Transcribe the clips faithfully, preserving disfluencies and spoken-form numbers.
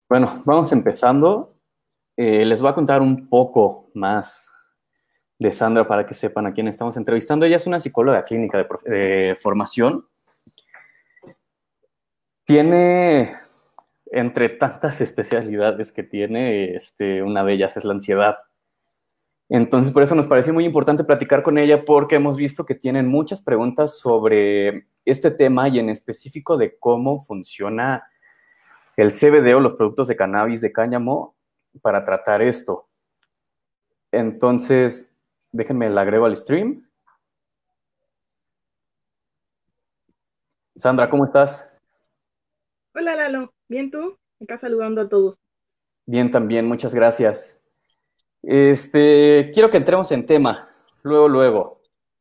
Bueno, vamos empezando. Eh, les voy a contar un poco más de Sandra para que sepan a quién estamos entrevistando. Ella es una psicóloga clínica de, prof- de formación. Tiene, entre tantas especialidades que tiene, este, una de ellas es la ansiedad. Entonces, por eso nos pareció muy importante platicar con ella porque hemos visto que tienen muchas preguntas sobre este tema y en específico de cómo funciona el C B D o los productos de cannabis de cáñamo para tratar esto. Entonces, déjenme la agrego al stream. Sandra, ¿cómo estás? Hola Lalo, ¿bien tú? Acá saludando a todos. Bien, también, muchas gracias. Este, quiero que entremos en tema, luego, luego.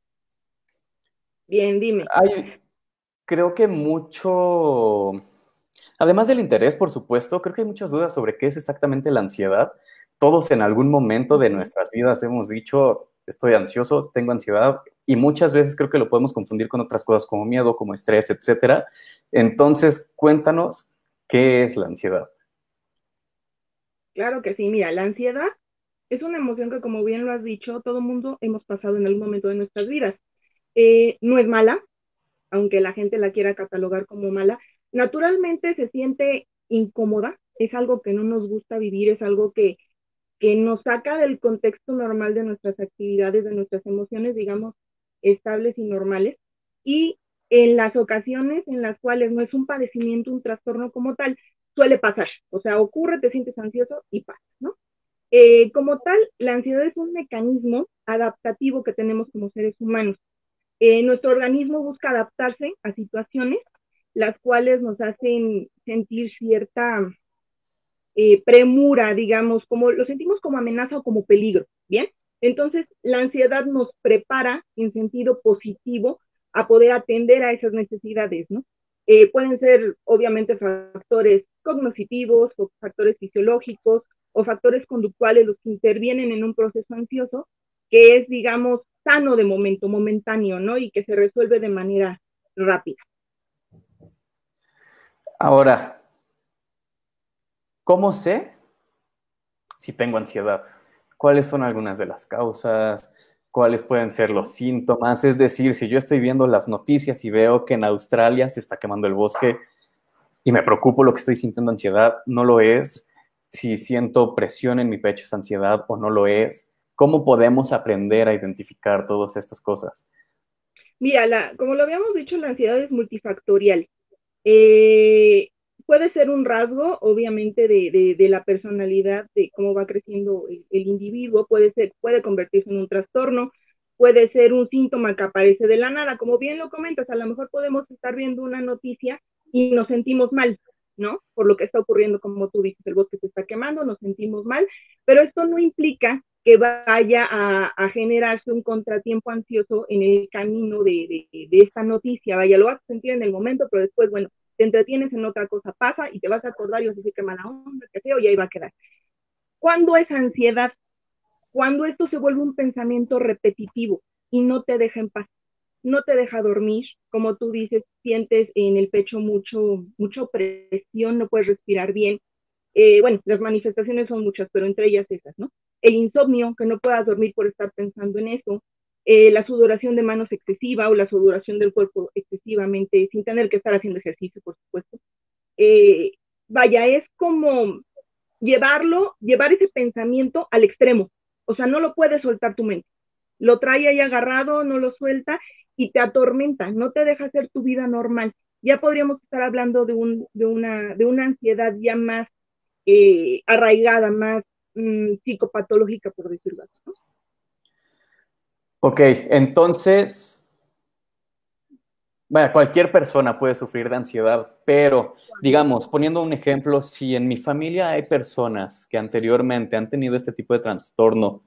Bien, dime. Hay, creo que mucho, además del interés, por supuesto, creo que hay muchas dudas sobre qué es exactamente la ansiedad. Todos en algún momento de Ujú. nuestras vidas hemos dicho, estoy ansioso, tengo ansiedad, y muchas veces creo que lo podemos confundir con otras cosas como miedo, como estrés, etcétera. Entonces, cuéntanos qué es la ansiedad. Claro que sí, mira, la ansiedad es una emoción que, como bien lo has dicho, todo mundo hemos pasado en algún momento de nuestras vidas. Eh, no es mala, aunque la gente la quiera catalogar como mala. Naturalmente se siente incómoda, es algo que no nos gusta vivir, es algo que, que nos saca del contexto normal de nuestras actividades, de nuestras emociones, digamos, estables y normales. Y en las ocasiones en las cuales no es un padecimiento, un trastorno como tal, suele pasar. O sea, ocurre, te sientes ansioso y pasa, ¿no? Eh, como tal, la ansiedad es un mecanismo adaptativo que tenemos como seres humanos. Eh, nuestro organismo busca adaptarse a situaciones las cuales nos hacen sentir cierta eh, premura, digamos, como lo sentimos como amenaza o como peligro, ¿bien? Entonces, la ansiedad nos prepara en sentido positivo a poder atender a esas necesidades, ¿no? Eh, pueden ser, obviamente, factores cognitivos o factores fisiológicos o factores conductuales los que intervienen en un proceso ansioso que es, digamos, sano de momento, momentáneo, ¿no? Y que se resuelve de manera rápida. Ahora, ¿cómo sé si tengo ansiedad? ¿Cuáles son algunas de las causas? ¿Cuáles pueden ser los síntomas? Es decir, si yo estoy viendo las noticias y veo que en Australia se está quemando el bosque y me preocupo lo que estoy sintiendo ansiedad, no lo es. Si siento presión en mi pecho es ansiedad o no lo es. ¿Cómo podemos aprender a identificar todas estas cosas? Mira, la, como lo habíamos dicho, la ansiedad es multifactorial. Eh, Puede ser un rasgo, obviamente, de, de, de, la personalidad, de cómo va creciendo el, el, individuo, puede ser, puede convertirse en un trastorno, puede ser un síntoma que aparece de la nada, como bien lo comentas, a lo mejor podemos estar viendo una noticia y nos sentimos mal, ¿no? Por lo que está ocurriendo, como tú dices, el bosque se está quemando, nos sentimos mal, pero esto no implica que vaya a, a generarse un contratiempo ansioso en el camino de, de, de esta noticia, vaya, lo vas a sentir en el momento, pero después, bueno, te entretienes en otra cosa, pasa y te vas a acordar y vas a decir que mala onda, que feo, y ahí va a quedar. ¿Cuándo es ansiedad? Cuando esto se vuelve un pensamiento repetitivo y no te deja en paz, no te deja dormir, como tú dices, sientes en el pecho mucho, mucha presión, no puedes respirar bien. Eh, bueno, las manifestaciones son muchas, pero entre ellas esas, ¿no? El insomnio, que no puedas dormir por estar pensando en eso, eh, la sudoración de manos excesiva o la sudoración del cuerpo excesivamente, sin tener que estar haciendo ejercicio, por supuesto. Eh, Vaya, es como llevarlo, llevar ese pensamiento al extremo. O sea, no lo puedes soltar tu mente. Lo trae ahí agarrado, no lo suelta y te atormenta, no te deja hacer tu vida normal. Ya podríamos estar hablando de, un, de, una, de una ansiedad ya más eh, arraigada, más mmm, psicopatológica, por decirlo así, ¿no? Ok, entonces, bueno, cualquier persona puede sufrir de ansiedad, pero digamos, poniendo un ejemplo, si en mi familia hay personas que anteriormente han tenido este tipo de trastorno,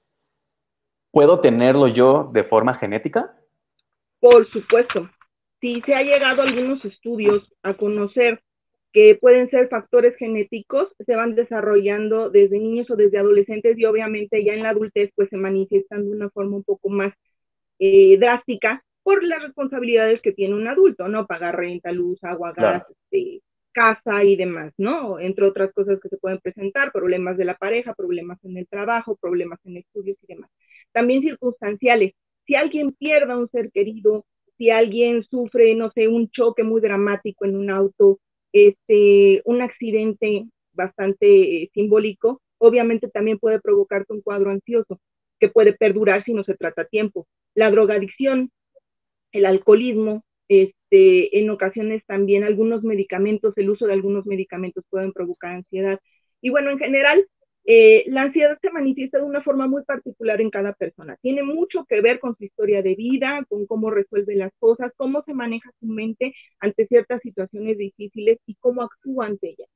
¿puedo tenerlo yo de forma genética? Por supuesto, si se ha llegado a algunos estudios a conocer que pueden ser factores genéticos, se van desarrollando desde niños o desde adolescentes y obviamente ya en la adultez pues se manifiestan de una forma un poco más eh, drástica por las responsabilidades que tiene un adulto, ¿no? Pagar renta, luz, agua, gas, Claro. este, casa y demás, ¿no? Entre otras cosas que se pueden presentar, problemas de la pareja, problemas en el trabajo, problemas en estudios y demás. También circunstanciales. Si alguien pierde a un ser querido, si alguien sufre, no sé, un choque muy dramático en un auto, este, un accidente bastante eh, simbólico, obviamente también puede provocarte un cuadro ansioso que puede perdurar si no se trata a tiempo. La drogadicción, el alcoholismo, este, en ocasiones también algunos medicamentos, el uso de algunos medicamentos pueden provocar ansiedad. Y bueno, en general, eh, la ansiedad se manifiesta de una forma muy particular en cada persona. Tiene mucho que ver con su historia de vida, con cómo resuelve las cosas, cómo se maneja su mente ante ciertas situaciones difíciles y cómo actúa ante ellas.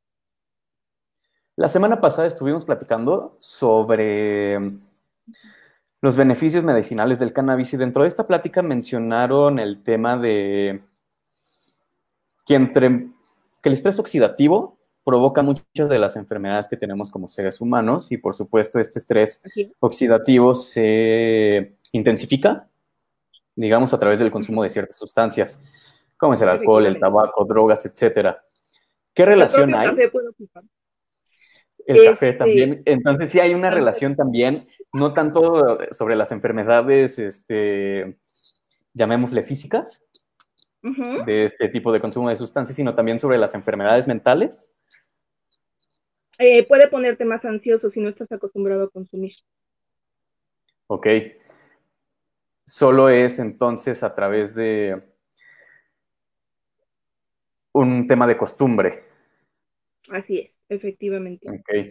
La semana pasada estuvimos platicando sobre los beneficios medicinales del cannabis y dentro de esta plática mencionaron el tema de que, entre, que el estrés oxidativo provoca muchas de las enfermedades que tenemos como seres humanos y por supuesto este estrés oxidativo se intensifica, digamos, a través del consumo de ciertas sustancias, como es el alcohol, el tabaco, drogas, etcétera. ¿Qué relación hay? Café puede ocupar. El este, café también. Entonces sí hay una relación también, no tanto sobre las enfermedades, este, llamémosle físicas, uh-huh. de este tipo de consumo de sustancias, sino también sobre las enfermedades mentales. Eh, puede ponerte más ansioso si no estás acostumbrado a consumir. Ok. Solo es entonces a través de un tema de costumbre. Así es, efectivamente. Ok.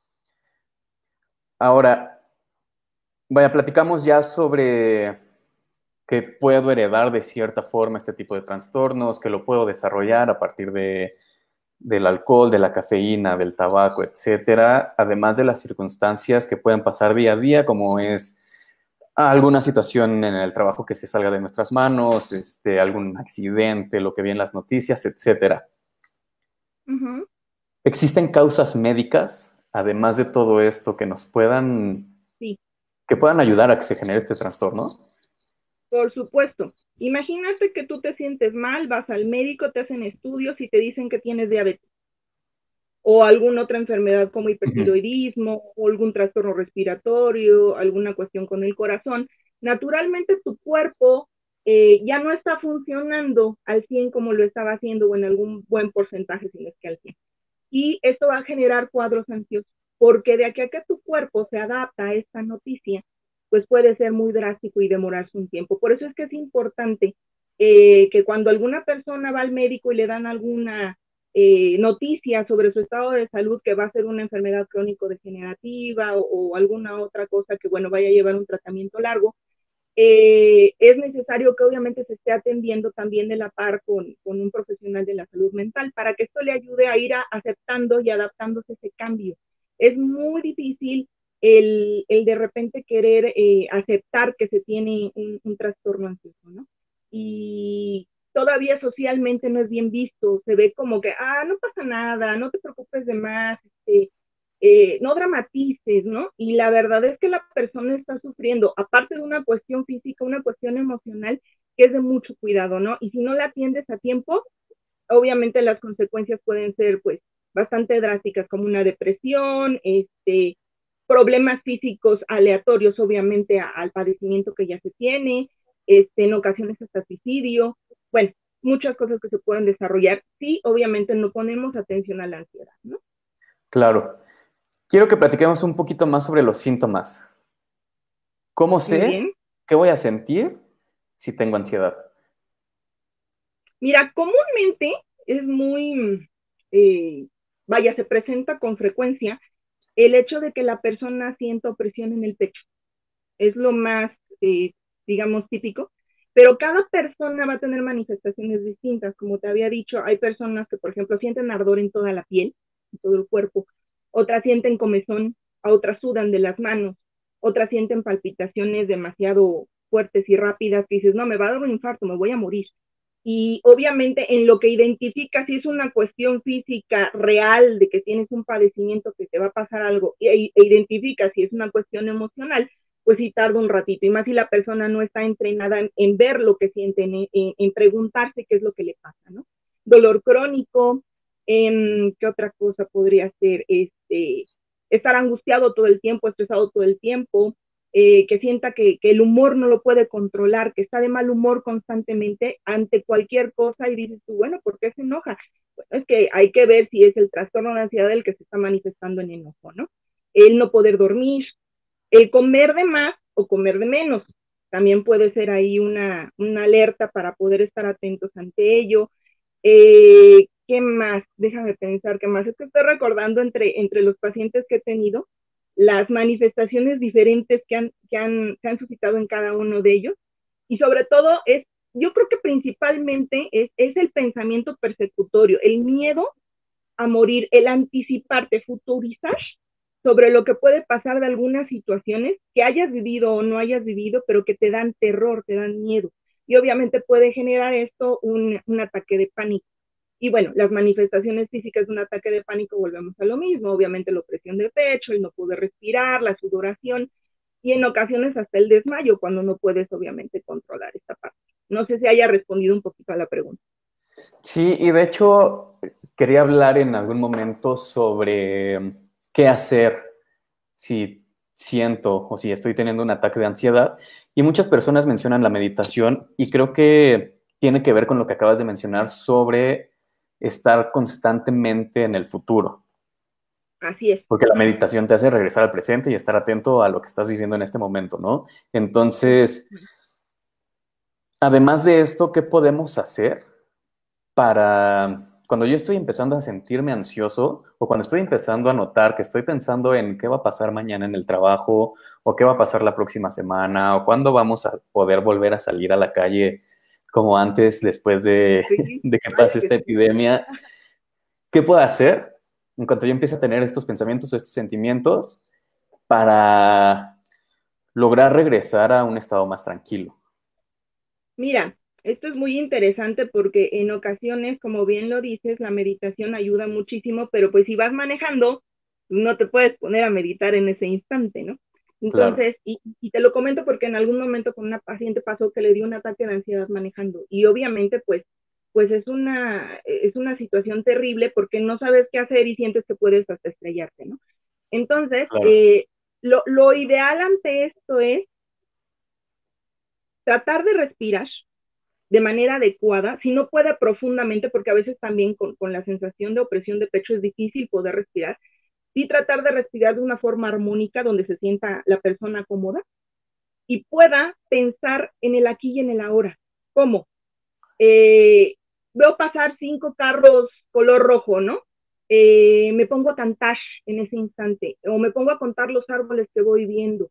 Ahora, vaya, platicamos ya sobre que puedo heredar de cierta forma este tipo de trastornos, que lo puedo desarrollar a partir de, del alcohol, de la cafeína, del tabaco, etcétera, además de las circunstancias que pueden pasar día a día, como es alguna situación en el trabajo que se salga de nuestras manos, este, algún accidente, lo que vi en las noticias, etcétera. Uh-huh. ¿Existen causas médicas, además de todo esto, que nos puedan, sí. que puedan ayudar a que se genere este trastorno? Por supuesto. Imagínate que tú te sientes mal, vas al médico, te hacen estudios y te dicen que tienes diabetes o alguna otra enfermedad como hipertiroidismo uh-huh. o algún trastorno respiratorio, alguna cuestión con el corazón. Naturalmente tu cuerpo eh, ya no está funcionando al cien como lo estaba haciendo o en algún buen porcentaje, si no es que al cien. Y esto va a generar cuadros ansiosos, porque de aquí a que tu cuerpo se adapta a esta noticia, pues puede ser muy drástico y demorarse un tiempo. Por eso es que es importante eh, que cuando alguna persona va al médico y le dan alguna eh, noticia sobre su estado de salud, que va a ser una enfermedad crónico-degenerativa o, o alguna otra cosa que, bueno, vaya a llevar un tratamiento largo, eh, es necesario que obviamente se esté atendiendo también de la par con, con un profesional de la salud mental para que esto le ayude a ir a, aceptando y adaptándose a ese cambio. Es muy difícil el, el de repente querer eh, aceptar que se tiene un, un trastorno ansioso, ¿no? Y todavía socialmente no es bien visto, se ve como que, ah, no pasa nada, no te preocupes de más, este, eh, no dramatices, ¿no? Y la verdad es que la persona está sufriendo, aparte de una cuestión física, una cuestión emocional que es de mucho cuidado, ¿no? Y si no la atiendes a tiempo, obviamente las consecuencias pueden ser, pues, bastante drásticas, como una depresión, este, problemas físicos aleatorios, obviamente, a, al padecimiento que ya se tiene, este, en ocasiones hasta suicidio, bueno, muchas cosas que se pueden desarrollar si obviamente no ponemos atención a la ansiedad, ¿no? Claro. Quiero que platiquemos un poquito más sobre los síntomas. ¿Cómo sé qué voy a sentir si tengo ansiedad? Mira, comúnmente es muy, eh, vaya, se presenta con frecuencia el hecho de que la persona sienta opresión en el pecho. Es lo más, eh, digamos, típico, pero cada persona va a tener manifestaciones distintas. Como te había dicho, hay personas que, por ejemplo, sienten ardor en toda la piel, en todo el cuerpo, otras sienten comezón, a otras sudan de las manos, otras sienten palpitaciones demasiado fuertes y rápidas, que dices, no, me va a dar un infarto, me voy a morir. Y obviamente en lo que identificas si es una cuestión física real de que tienes un padecimiento, que te va a pasar algo, e, e identificas si es una cuestión emocional, pues sí tarda un ratito, y más si la persona no está entrenada en, en ver lo que siente, en, en, en preguntarse qué es lo que le pasa, ¿no? Dolor crónico, Eh, ¿Qué otra cosa podría ser? Este, estar angustiado todo el tiempo, estresado todo el tiempo, eh, que sienta que, que el humor no lo puede controlar, que está de mal humor constantemente ante cualquier cosa y dices tú, bueno, ¿por qué se enoja? Bueno, es que hay que ver si es el trastorno de ansiedad el que se está manifestando en enojo, ¿no? El no poder dormir, el comer de más o comer de menos, también puede ser ahí una, una alerta para poder estar atentos ante ello. Eh, ¿Qué más? Déjame pensar, ¿qué más? Es que estoy recordando entre, entre los pacientes que he tenido las manifestaciones diferentes que han, que han, se han suscitado en cada uno de ellos. Y sobre todo es, yo creo que principalmente es, es el pensamiento persecutorio, el miedo a morir, el anticiparte, futurizar sobre lo que puede pasar de algunas situaciones que hayas vivido o no hayas vivido, pero que te dan terror, te dan miedo. Y obviamente puede generar esto un, un ataque de pánico. Y bueno, las manifestaciones físicas de un ataque de pánico, volvemos a lo mismo, obviamente la opresión del pecho, el no poder respirar, la sudoración y en ocasiones hasta el desmayo cuando no puedes obviamente controlar esta parte. No sé si haya respondido un poquito a la pregunta. Sí, y de hecho quería hablar en algún momento sobre qué hacer si siento o si estoy teniendo un ataque de ansiedad. Y muchas personas mencionan la meditación y creo que tiene que ver con lo que acabas de mencionar sobre estar constantemente en el futuro. Así es. Porque la meditación te hace regresar al presente y estar atento a lo que estás viviendo en este momento, ¿no? Entonces, además de esto, ¿qué podemos hacer para cuando yo estoy empezando a sentirme ansioso o cuando estoy empezando a notar que estoy pensando en qué va a pasar mañana en el trabajo o qué va a pasar la próxima semana o cuándo vamos a poder volver a salir a la calle como antes después de, Sí, de que vaya pase que esta sí. epidemia? ¿Qué puedo hacer en cuanto yo empiece a tener estos pensamientos o estos sentimientos para lograr regresar a un estado más tranquilo? Mira, esto es muy interesante porque en ocasiones, como bien lo dices, la meditación ayuda muchísimo, pero pues si vas manejando, no te puedes poner a meditar en ese instante, ¿no? Claro, Entonces, y, y te lo comento porque en algún momento con una paciente pasó que le dio un ataque de ansiedad manejando y obviamente pues pues es una, es una situación terrible porque no sabes qué hacer y sientes que puedes hasta estrellarte, ¿no? Entonces, claro, eh, lo, lo ideal ante esto es tratar de respirar de manera adecuada, si no puede profundamente, porque a veces también con, con la sensación de opresión de pecho es difícil poder respirar, sí tratar de respirar de una forma armónica donde se sienta la persona cómoda y pueda pensar en el aquí y en el ahora. ¿Cómo? Eh, Veo pasar cinco carros color rojo, ¿no? Eh, me pongo a cantar en ese instante, o me pongo a contar los árboles que voy viendo,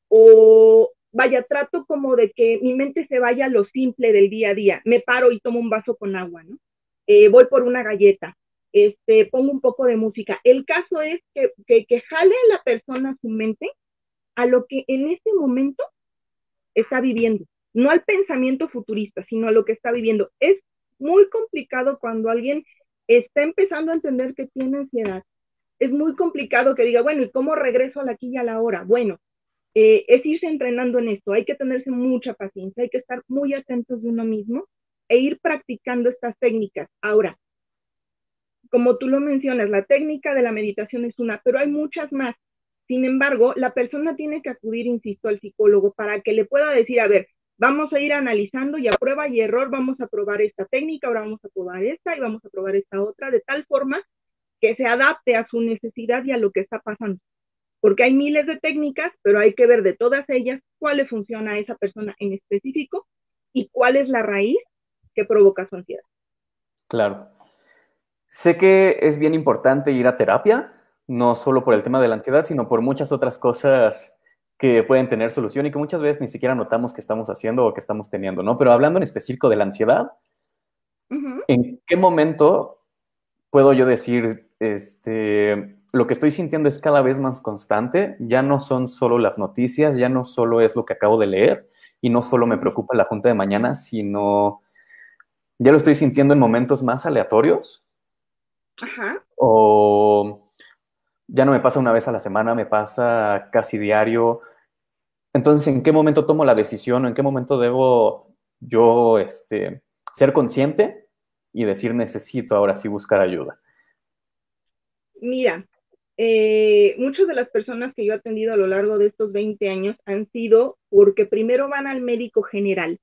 o vaya, trato como de que mi mente se vaya a lo simple del día a día, me paro y tomo un vaso con agua, ¿no? Eh, voy por una galleta, este, pongo un poco de música. El caso es que, que, que jale a la persona su mente a lo que en ese momento está viviendo, no al pensamiento futurista, sino a lo que está viviendo. Es muy complicado cuando alguien está empezando a entender que tiene ansiedad. Es muy complicado que diga, bueno, ¿y cómo regreso a la aquí y a la hora? Bueno, eh, es irse entrenando en esto, hay que tenerse mucha paciencia, hay que estar muy atentos de uno mismo e ir practicando estas técnicas. Ahora, como tú lo mencionas, la técnica de la meditación es una, pero hay muchas más. Sin embargo, la persona tiene que acudir, insisto, al psicólogo para que le pueda decir, a ver, vamos a ir analizando y a prueba y error vamos a probar esta técnica, ahora vamos a probar esta y vamos a probar esta otra, de tal forma que se adapte a su necesidad y a lo que está pasando. Porque hay miles de técnicas, pero hay que ver de todas ellas cuál le funciona a esa persona en específico y cuál es la raíz que provoca su ansiedad. claro. Sé que es bien importante ir a terapia, no solo por el tema de la ansiedad, sino por muchas otras cosas que pueden tener solución y que muchas veces ni siquiera notamos que estamos haciendo o que estamos teniendo, ¿no? Pero hablando en específico de la ansiedad, Uh -huh. ¿en qué momento puedo yo decir, este, lo que estoy sintiendo es cada vez más constante? Ya no son solo las noticias, ya no solo es lo que acabo de leer y no solo me preocupa la junta de mañana, sino ya lo estoy sintiendo en momentos más aleatorios. Ajá. O ya no me pasa una vez a la semana, me pasa casi diario. Entonces, ¿en qué momento tomo la decisión o en qué momento debo yo este, ser consciente y decir necesito ahora sí buscar ayuda? Mira, eh, muchas de las personas que yo he atendido a lo largo de estos veinte años han sido porque primero van al médico general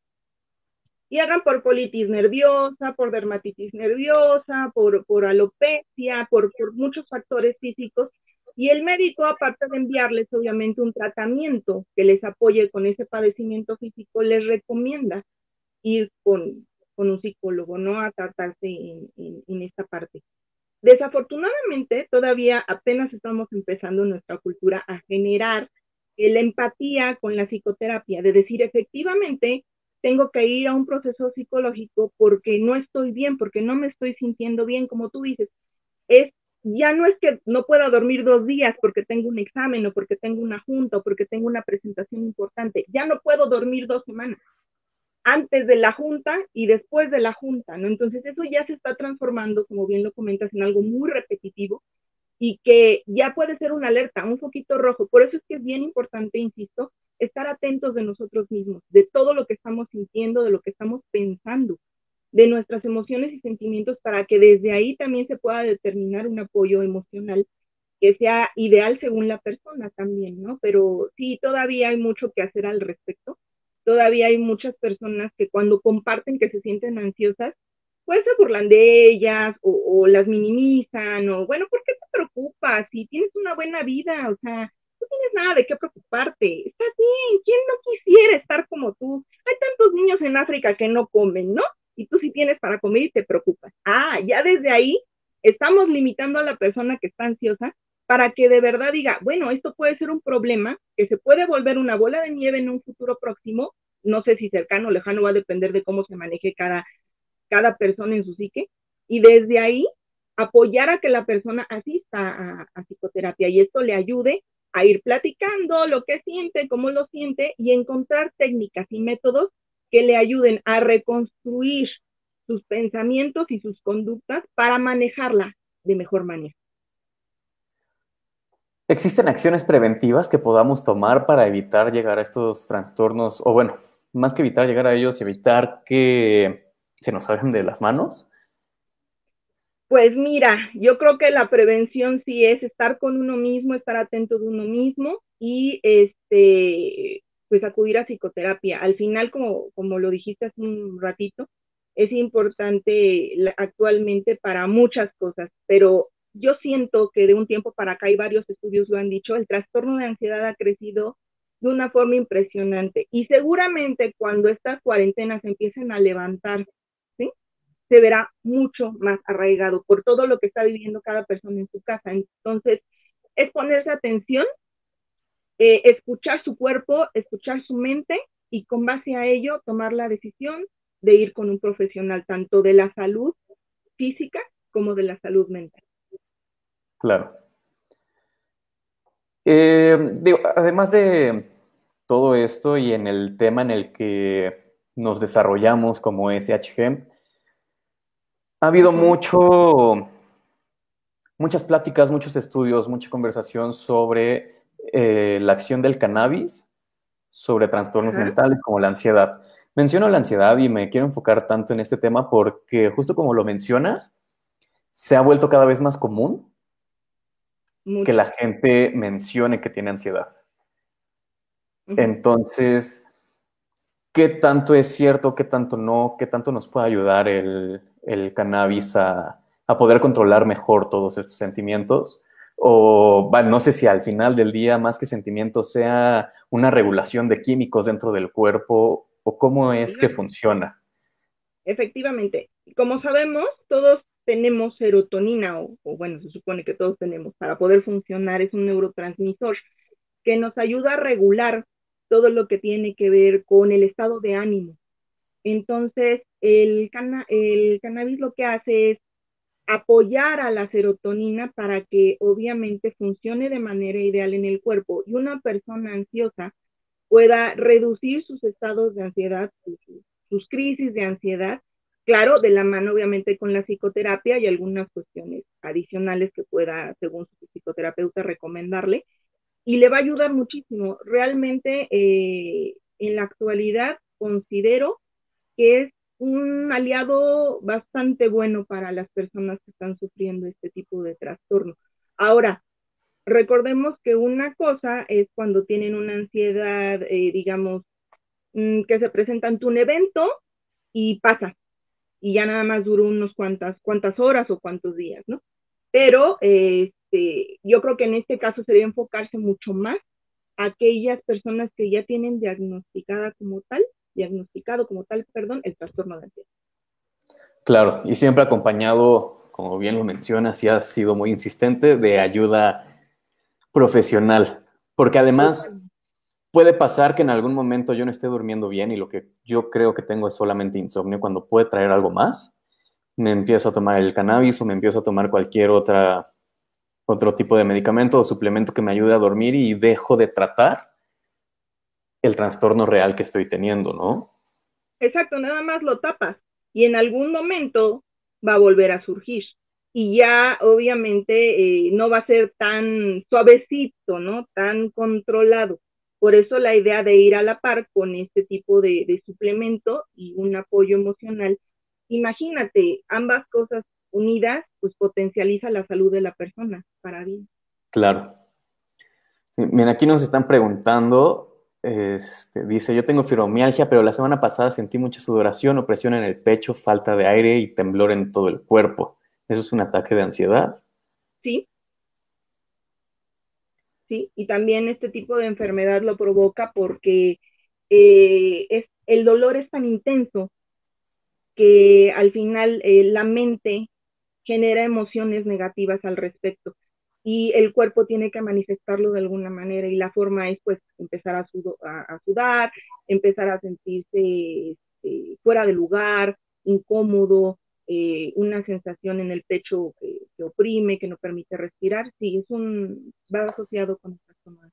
y hagan por colitis nerviosa, por dermatitis nerviosa, por, por alopecia, por, por muchos factores físicos. Y el médico, aparte de enviarles obviamente un tratamiento que les apoye con ese padecimiento físico, les recomienda ir con, con un psicólogo, ¿no? A tratarse en, en, en esta parte. Desafortunadamente, todavía apenas estamos empezando en nuestra cultura a generar la empatía con la psicoterapia, de decir, efectivamente, tengo que ir a un proceso psicológico porque no estoy bien, porque no me estoy sintiendo bien, como tú dices. Es, ya no es que no pueda dormir dos días porque tengo un examen o porque tengo una junta o porque tengo una presentación importante, ya no puedo dormir dos semanas antes de la junta y después de la junta, ¿no? Entonces eso ya se está transformando, como bien lo comentas, en algo muy repetitivo y que ya puede ser una alerta, un foquito rojo. Por eso es que es bien importante, insisto, estar atentos de nosotros mismos, de todo lo que estamos sintiendo, de lo que estamos pensando, de nuestras emociones y sentimientos, para que desde ahí también se pueda determinar un apoyo emocional que sea ideal según la persona también, ¿no? Pero sí, todavía hay mucho que hacer al respecto. Todavía hay muchas personas que cuando comparten que se sienten ansiosas, pues se burlan de ellas o, o las minimizan o, bueno, ¿por qué te preocupas? Si tienes una buena vida, o sea, no tienes nada de qué preocuparte. Estás bien, ¿quién no quisiera estar como tú? Hay tantos niños en África que no comen, ¿no? Y tú sí tienes para comer y te preocupas. Ah, ya desde ahí estamos limitando a la persona que está ansiosa para que de verdad diga, bueno, esto puede ser un problema que se puede volver una bola de nieve en un futuro próximo, no sé si cercano o lejano, va a depender de cómo se maneje cada, cada persona en su psique, y desde ahí apoyar a que la persona asista a, a psicoterapia y esto le ayude a ir platicando lo que siente, cómo lo siente y encontrar técnicas y métodos que le ayuden a reconstruir sus pensamientos y sus conductas para manejarla de mejor manera. ¿Existen acciones preventivas que podamos tomar para evitar llegar a estos trastornos? O bueno, más que evitar llegar a ellos, evitar que se nos salgan de las manos. Pues mira, yo creo que la prevención sí es estar con uno mismo, estar atento de uno mismo y este, pues acudir a psicoterapia. Al final, como, como lo dijiste hace un ratito, es importante actualmente para muchas cosas, pero yo siento que de un tiempo para acá, y varios estudios lo han dicho, el trastorno de ansiedad ha crecido de una forma impresionante y seguramente cuando estas cuarentenas empiecen a levantar, ¿sí?, se verá mucho más arraigado por todo lo que está viviendo cada persona en su casa. Entonces, es ponerse atención, eh, escuchar su cuerpo, escuchar su mente y con base a ello tomar la decisión de ir con un profesional, tanto de la salud física como de la salud mental. Claro. Eh, digo, además de todo esto y en el tema en el que nos desarrollamos como S H G, ha habido Uh-huh. mucho, muchas pláticas, muchos estudios, mucha conversación sobre eh, la acción del cannabis sobre trastornos Uh-huh. mentales como la ansiedad. Menciono la ansiedad y me quiero enfocar tanto en este tema porque justo como lo mencionas, se ha vuelto cada vez más común Mucho. que la gente mencione que tiene ansiedad. Uh-huh. Entonces, ¿qué tanto es cierto, qué tanto no, qué tanto nos puede ayudar el, el cannabis a, a poder controlar mejor todos estos sentimientos? O bueno, no sé si al final del día, más que sentimientos, sea una regulación de químicos dentro del cuerpo o cómo es que funciona. Efectivamente, como sabemos, todos tenemos serotonina, o, o bueno, se supone que todos tenemos, para poder funcionar, es un neurotransmisor que nos ayuda a regular todo lo que tiene que ver con el estado de ánimo. Entonces, el, cana el cannabis lo que hace es apoyar a la serotonina para que obviamente funcione de manera ideal en el cuerpo y una persona ansiosa pueda reducir sus estados de ansiedad, sus, sus crisis de ansiedad, claro, de la mano obviamente con la psicoterapia y algunas cuestiones adicionales que pueda, según su psicoterapeuta, recomendarle, y le va a ayudar muchísimo. Realmente, eh, en la actualidad, considero que es un aliado bastante bueno para las personas que están sufriendo este tipo de trastorno. Ahora, recordemos que una cosa es cuando tienen una ansiedad, eh, digamos, mmm, que se presenta ante un evento y pasa, y ya nada más duró unos cuantas, cuantas horas o cuantos días, ¿no? Pero eh, este, yo creo que en este caso sería enfocarse mucho más a aquellas personas que ya tienen diagnosticada como tal, diagnosticado como tal, perdón, el trastorno de ansiedad. Claro, y siempre acompañado, como bien lo mencionas, y has sido muy insistente, de ayuda profesional, porque además puede pasar que en algún momento yo no esté durmiendo bien y lo que yo creo que tengo es solamente insomnio cuando puede traer algo más. Me empiezo a tomar el cannabis o me empiezo a tomar cualquier otra, otro tipo de medicamento o suplemento que me ayude a dormir y dejo de tratar el trastorno real que estoy teniendo, ¿no? Exacto, nada más lo tapas y en algún momento va a volver a surgir. Y ya obviamente eh, no va a ser tan suavecito, ¿no? Tan controlado. Por eso la idea de ir a la par con este tipo de, de suplemento y un apoyo emocional. Imagínate, ambas cosas unidas, pues potencializa la salud de la persona para bien. Claro. Sí, mira, aquí nos están preguntando, este, dice, yo tengo fibromialgia, pero la semana pasada sentí mucha sudoración, opresión en el pecho, falta de aire y temblor en todo el cuerpo. ¿Eso es un ataque de ansiedad? Sí, sí, y también este tipo de enfermedad lo provoca porque eh, es, el dolor es tan intenso que al final eh, la mente genera emociones negativas al respecto y el cuerpo tiene que manifestarlo de alguna manera y la forma es pues empezar a, sudo, a, a sudar, empezar a sentirse este, fuera de lugar, incómodo, eh, una sensación en el pecho que, que, oprime, que no permite respirar, sí, es un, va asociado con estas tomadas.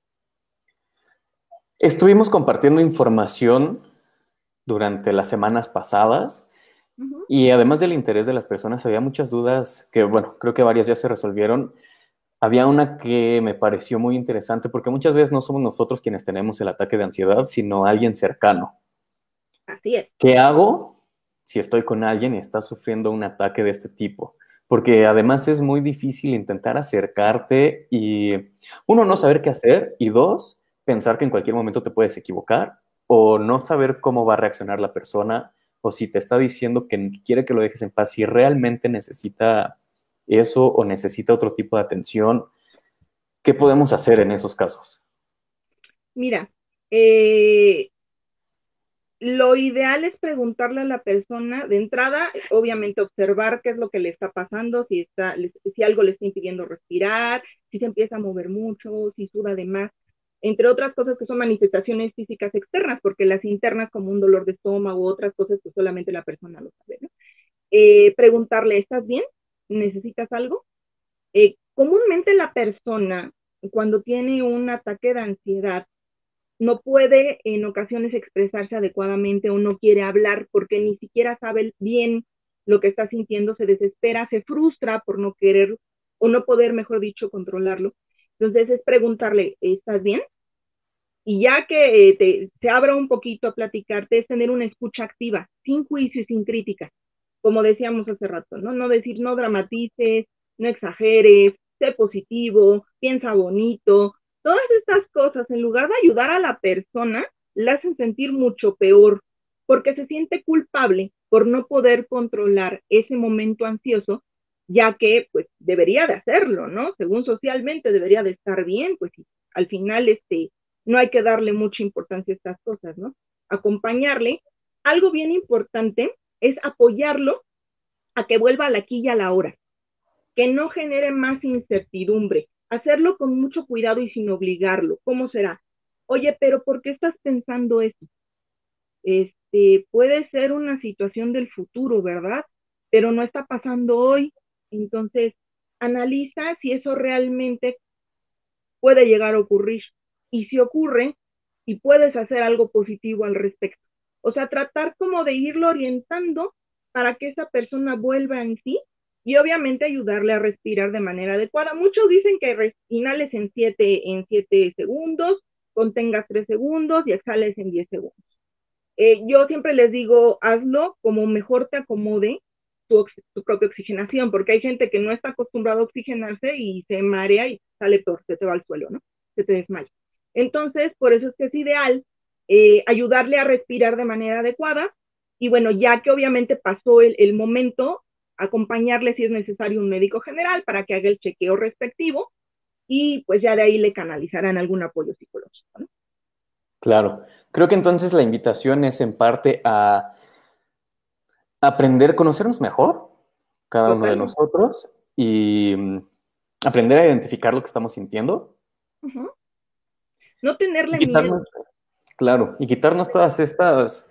Estuvimos compartiendo información durante las semanas pasadas Uh-huh. y además del interés de las personas, había muchas dudas que, bueno, creo que varias ya se resolvieron. Había una que me pareció muy interesante porque muchas veces no somos nosotros quienes tenemos el ataque de ansiedad, sino alguien cercano. Así es. ¿Qué hago si estoy con alguien y está sufriendo un ataque de este tipo? Porque además es muy difícil intentar acercarte y, uno, no saber qué hacer y dos, pensar que en cualquier momento te puedes equivocar o no saber cómo va a reaccionar la persona o si te está diciendo que quiere que lo dejes en paz, si realmente necesita eso o necesita otro tipo de atención. ¿Qué podemos hacer en esos casos? Mira, eh, lo ideal es preguntarle a la persona de entrada, obviamente observar qué es lo que le está pasando, si, está, si algo le está impidiendo respirar, si se empieza a mover mucho, si suda de más, entre otras cosas que son manifestaciones físicas externas, porque las internas como un dolor de estómago, otras cosas que solamente la persona lo sabe, ¿no? Eh, preguntarle, ¿estás bien? ¿Necesitas algo? Eh, comúnmente la persona, cuando tiene un ataque de ansiedad, no puede en ocasiones expresarse adecuadamente o no quiere hablar porque ni siquiera sabe bien lo que está sintiendo, se desespera, se frustra por no querer o no poder, mejor dicho, controlarlo. Entonces es preguntarle, ¿estás bien? Y ya que eh, te, se abra un poquito a platicarte, es tener una escucha activa, sin juicio y sin crítica, como decíamos hace rato, ¿no? No decir, no dramatices, no exageres, sé positivo, piensa bonito, todas estas cosas, en lugar de ayudar a la persona, la hacen sentir mucho peor, porque se siente culpable por no poder controlar ese momento ansioso, ya que pues debería de hacerlo, ¿no? Según socialmente debería de estar bien, pues al final este no hay que darle mucha importancia a estas cosas, ¿no? Acompañarle. Algo bien importante es apoyarlo a que vuelva a la aquí y a la hora, que no genere más incertidumbre, hacerlo con mucho cuidado y sin obligarlo. ¿Cómo será? Oye, pero ¿por qué estás pensando eso? Este, puede ser una situación del futuro, ¿verdad? Pero no está pasando hoy. Entonces, analiza si eso realmente puede llegar a ocurrir. Y si ocurre, y puedes hacer algo positivo al respecto. O sea, tratar como de irlo orientando para que esa persona vuelva en sí y obviamente ayudarle a respirar de manera adecuada. Muchos dicen que inhales en siete en siete segundos, contengas tres segundos y exhales en diez segundos. Eh, yo siempre les digo, hazlo como mejor te acomode, tu, tu propia oxigenación, porque hay gente que no está acostumbrada a oxigenarse y se marea y sale peor, se te va al suelo, ¿no? Se te desmaya. Entonces, por eso es que es ideal eh, ayudarle a respirar de manera adecuada y bueno, ya que obviamente pasó el, el momento, acompañarle si es necesario un médico general para que haga el chequeo respectivo y pues ya de ahí le canalizarán algún apoyo psicológico, ¿no? Claro. Creo que entonces la invitación es en parte a aprender a conocernos mejor, cada uno de Totalmente. nosotros, y mm, aprender a identificar lo que estamos sintiendo. Uh-huh. No Y tenerle miedo. quitarnos, claro, y quitarnos todas estas,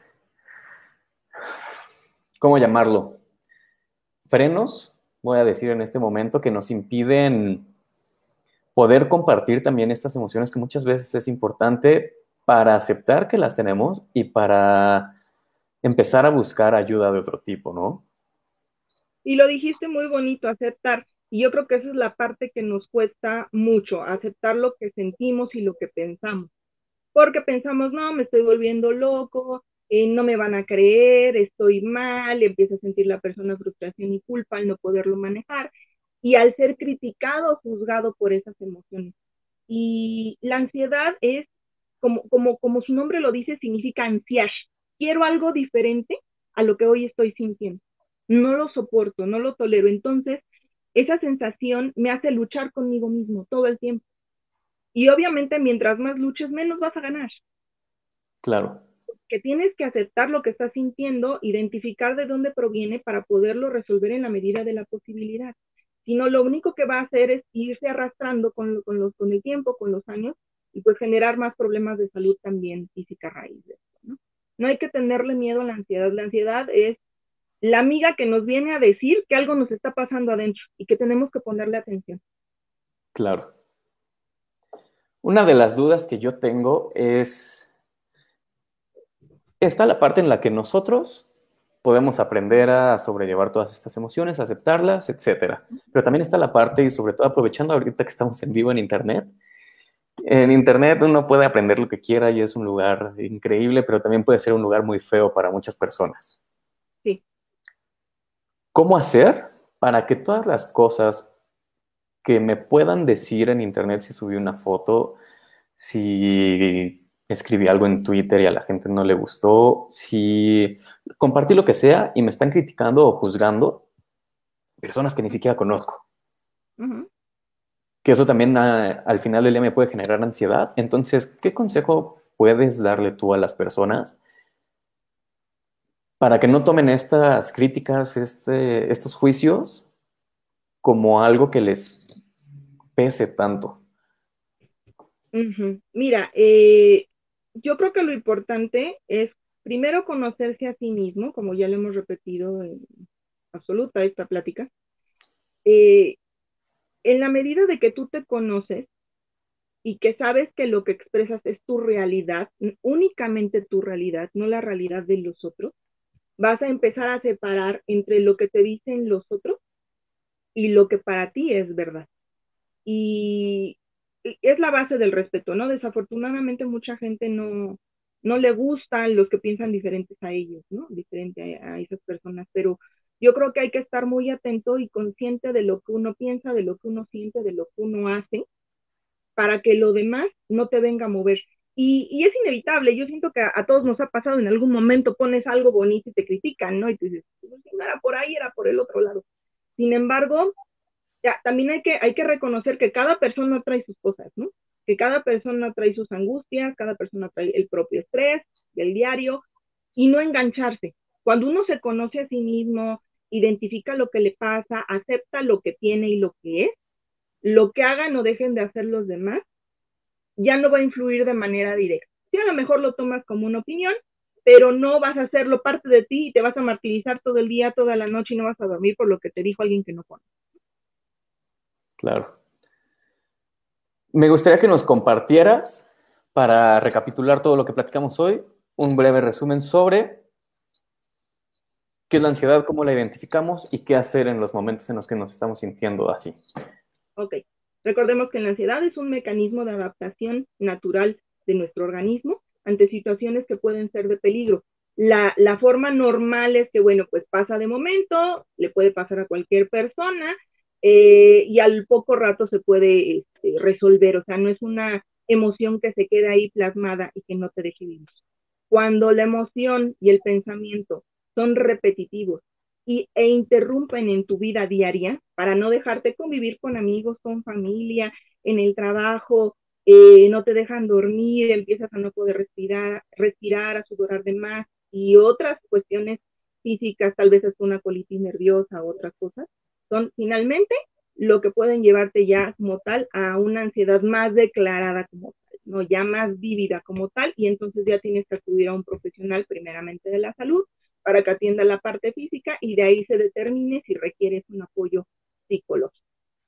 ¿cómo llamarlo? Frenos, voy a decir en este momento, que nos impiden poder compartir también estas emociones que muchas veces es importante para aceptar que las tenemos y para empezar a buscar ayuda de otro tipo, ¿no? Y lo dijiste muy bonito, aceptar. Y yo creo que esa es la parte que nos cuesta mucho, aceptar lo que sentimos y lo que pensamos. Porque pensamos, no, me estoy volviendo loco, eh, no me van a creer, estoy mal, empieza a sentir la persona frustración y culpa al no poderlo manejar. Y al ser criticado o juzgado por esas emociones. Y la ansiedad es, como, como, como su nombre lo dice, significa ansiar. Quiero algo diferente a lo que hoy estoy sintiendo. No lo soporto, no lo tolero. Entonces, esa sensación me hace luchar conmigo mismo todo el tiempo. Y obviamente, mientras más luches, menos vas a ganar. Claro, Que tienes que aceptar lo que estás sintiendo, identificar de dónde proviene para poderlo resolver en la medida de la posibilidad. Si no, lo único que va a hacer es irse arrastrando con, con, los, con el tiempo, con los años, y pues generar más problemas de salud también física a raíz de esto, ¿no? No hay que tenerle miedo a la ansiedad. La ansiedad es la amiga que nos viene a decir que algo nos está pasando adentro y que tenemos que ponerle atención. claro. Una de las dudas que yo tengo es, está la parte en la que nosotros podemos aprender a sobrellevar todas estas emociones, aceptarlas, etcétera. Pero también está la parte, y sobre todo aprovechando ahorita que estamos en vivo en Internet, en Internet uno puede aprender lo que quiera y es un lugar increíble, pero también puede ser un lugar muy feo para muchas personas. Sí. ¿Cómo hacer para que todas las cosas que me puedan decir en Internet, si subí una foto, si escribí algo en Twitter y a la gente no le gustó, si compartí lo que sea y me están criticando o juzgando, personas que ni siquiera conozco? Uh-huh. Que eso también a, al final del día me puede generar ansiedad. Entonces, ¿qué consejo puedes darle tú a las personas para que no tomen estas críticas, este, estos juicios, como algo que les pese tanto? Uh-huh. Mira, eh, yo creo que lo importante es primero conocerse a sí mismo, como ya lo hemos repetido en absoluta esta plática. Eh, en la medida de que tú te conoces y que sabes que lo que expresas es tu realidad, únicamente tu realidad, no la realidad de los otros, vas a empezar a separar entre lo que te dicen los otros y lo que para ti es verdad. Y es la base del respeto, ¿no? Desafortunadamente mucha gente no, no le gustan los que piensan diferentes a ellos, ¿no? Diferente a, a esas personas, pero yo creo que hay que estar muy atento y consciente de lo que uno piensa, de lo que uno siente, de lo que uno hace, para que lo demás no te venga a mover. Y, y es inevitable, yo siento que a, a, todos nos ha pasado en algún momento, pones algo bonito y te critican, ¿no? Y tú dices, pues, no era por ahí, era por el otro lado. Sin embargo, ya, también hay que, hay que reconocer que cada persona trae sus cosas, ¿no? Que cada persona trae sus angustias, cada persona trae el propio estrés del diario y no engancharse. Cuando uno se conoce a sí mismo, identifica lo que le pasa, acepta lo que tiene y lo que es, lo que hagan o dejen de hacer los demás, ya no va a influir de manera directa. Sí, a lo mejor lo tomas como una opinión, pero no vas a hacerlo parte de ti y te vas a martirizar todo el día, toda la noche y no vas a dormir por lo que te dijo alguien que no conoce. Claro. Me gustaría que nos compartieras, para recapitular todo lo que platicamos hoy, un breve resumen sobre qué es la ansiedad, cómo la identificamos y qué hacer en los momentos en los que nos estamos sintiendo así. Ok. Recordemos que la ansiedad es un mecanismo de adaptación natural de nuestro organismo ante situaciones que pueden ser de peligro. La, la forma normal es que, bueno, pues pasa de momento, le puede pasar a cualquier persona, eh, y al poco rato se puede este, resolver, o sea, no es una emoción que se queda ahí plasmada y que no te deje vivir. Cuando la emoción y el pensamiento son repetitivos y, e interrumpen en tu vida diaria para no dejarte convivir con amigos, con familia, en el trabajo, eh, no te dejan dormir, empiezas a no poder respirar, respirar, a sudorar de más y otras cuestiones físicas, tal vez es una colitis nerviosa, otras cosas, son finalmente lo que pueden llevarte ya como tal a una ansiedad más declarada como tal, ¿no? Ya más vívida como tal, y entonces ya tienes que acudir a un profesional primeramente de la salud para que atienda la parte física y de ahí se determine si requieres un apoyo psicológico.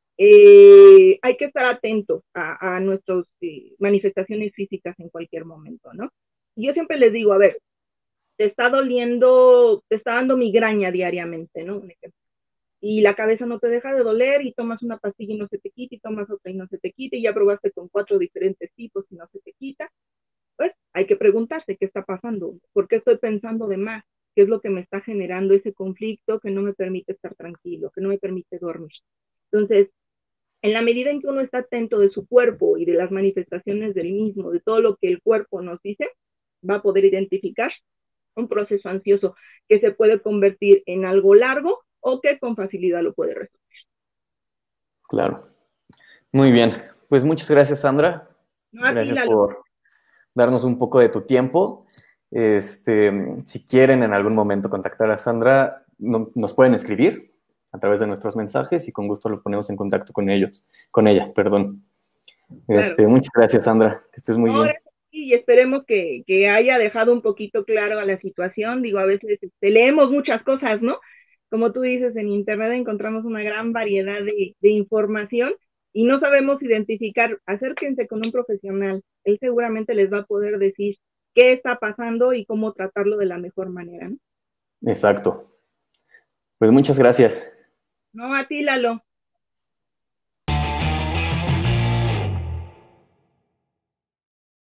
Eh, hay que estar atentos a, a nuestras eh, manifestaciones físicas en cualquier momento, ¿no? Y yo siempre les digo, a ver, te está doliendo, te está dando migraña diariamente, ¿no? Un ejemplo. Y la cabeza no te deja de doler y tomas una pastilla y no se te quita y tomas otra y no se te quita y ya probaste con cuatro diferentes tipos y no se te quita. Pues hay que preguntarse qué está pasando, por qué estoy pensando de más, qué es lo que me está generando ese conflicto que no me permite estar tranquilo, que no me permite dormir. Entonces, en la medida en que uno está atento de su cuerpo y de las manifestaciones del mismo, de todo lo que el cuerpo nos dice, va a poder identificar un proceso ansioso que se puede convertir en algo largo o que con facilidad lo puede resolver. Claro. Muy bien. Pues muchas gracias, Sandra. No, Gracias Lalo. por darnos un poco de tu tiempo. Este, si quieren en algún momento contactar a Sandra, no, nos pueden escribir a través de nuestros mensajes y con gusto los ponemos en contacto con ellos, con ella, perdón. Claro. Este, muchas gracias, Sandra, que estés muy Ahora bien. sí, y esperemos que, que haya dejado un poquito claro a la situación. Digo, a veces este, leemos muchas cosas, ¿no? Como tú dices, en Internet encontramos una gran variedad de, de información y no sabemos identificar. Acérquense con un profesional. Él seguramente les va a poder decir qué está pasando y cómo tratarlo de la mejor manera, ¿no? Exacto. Pues muchas gracias. No, a ti, Lalo.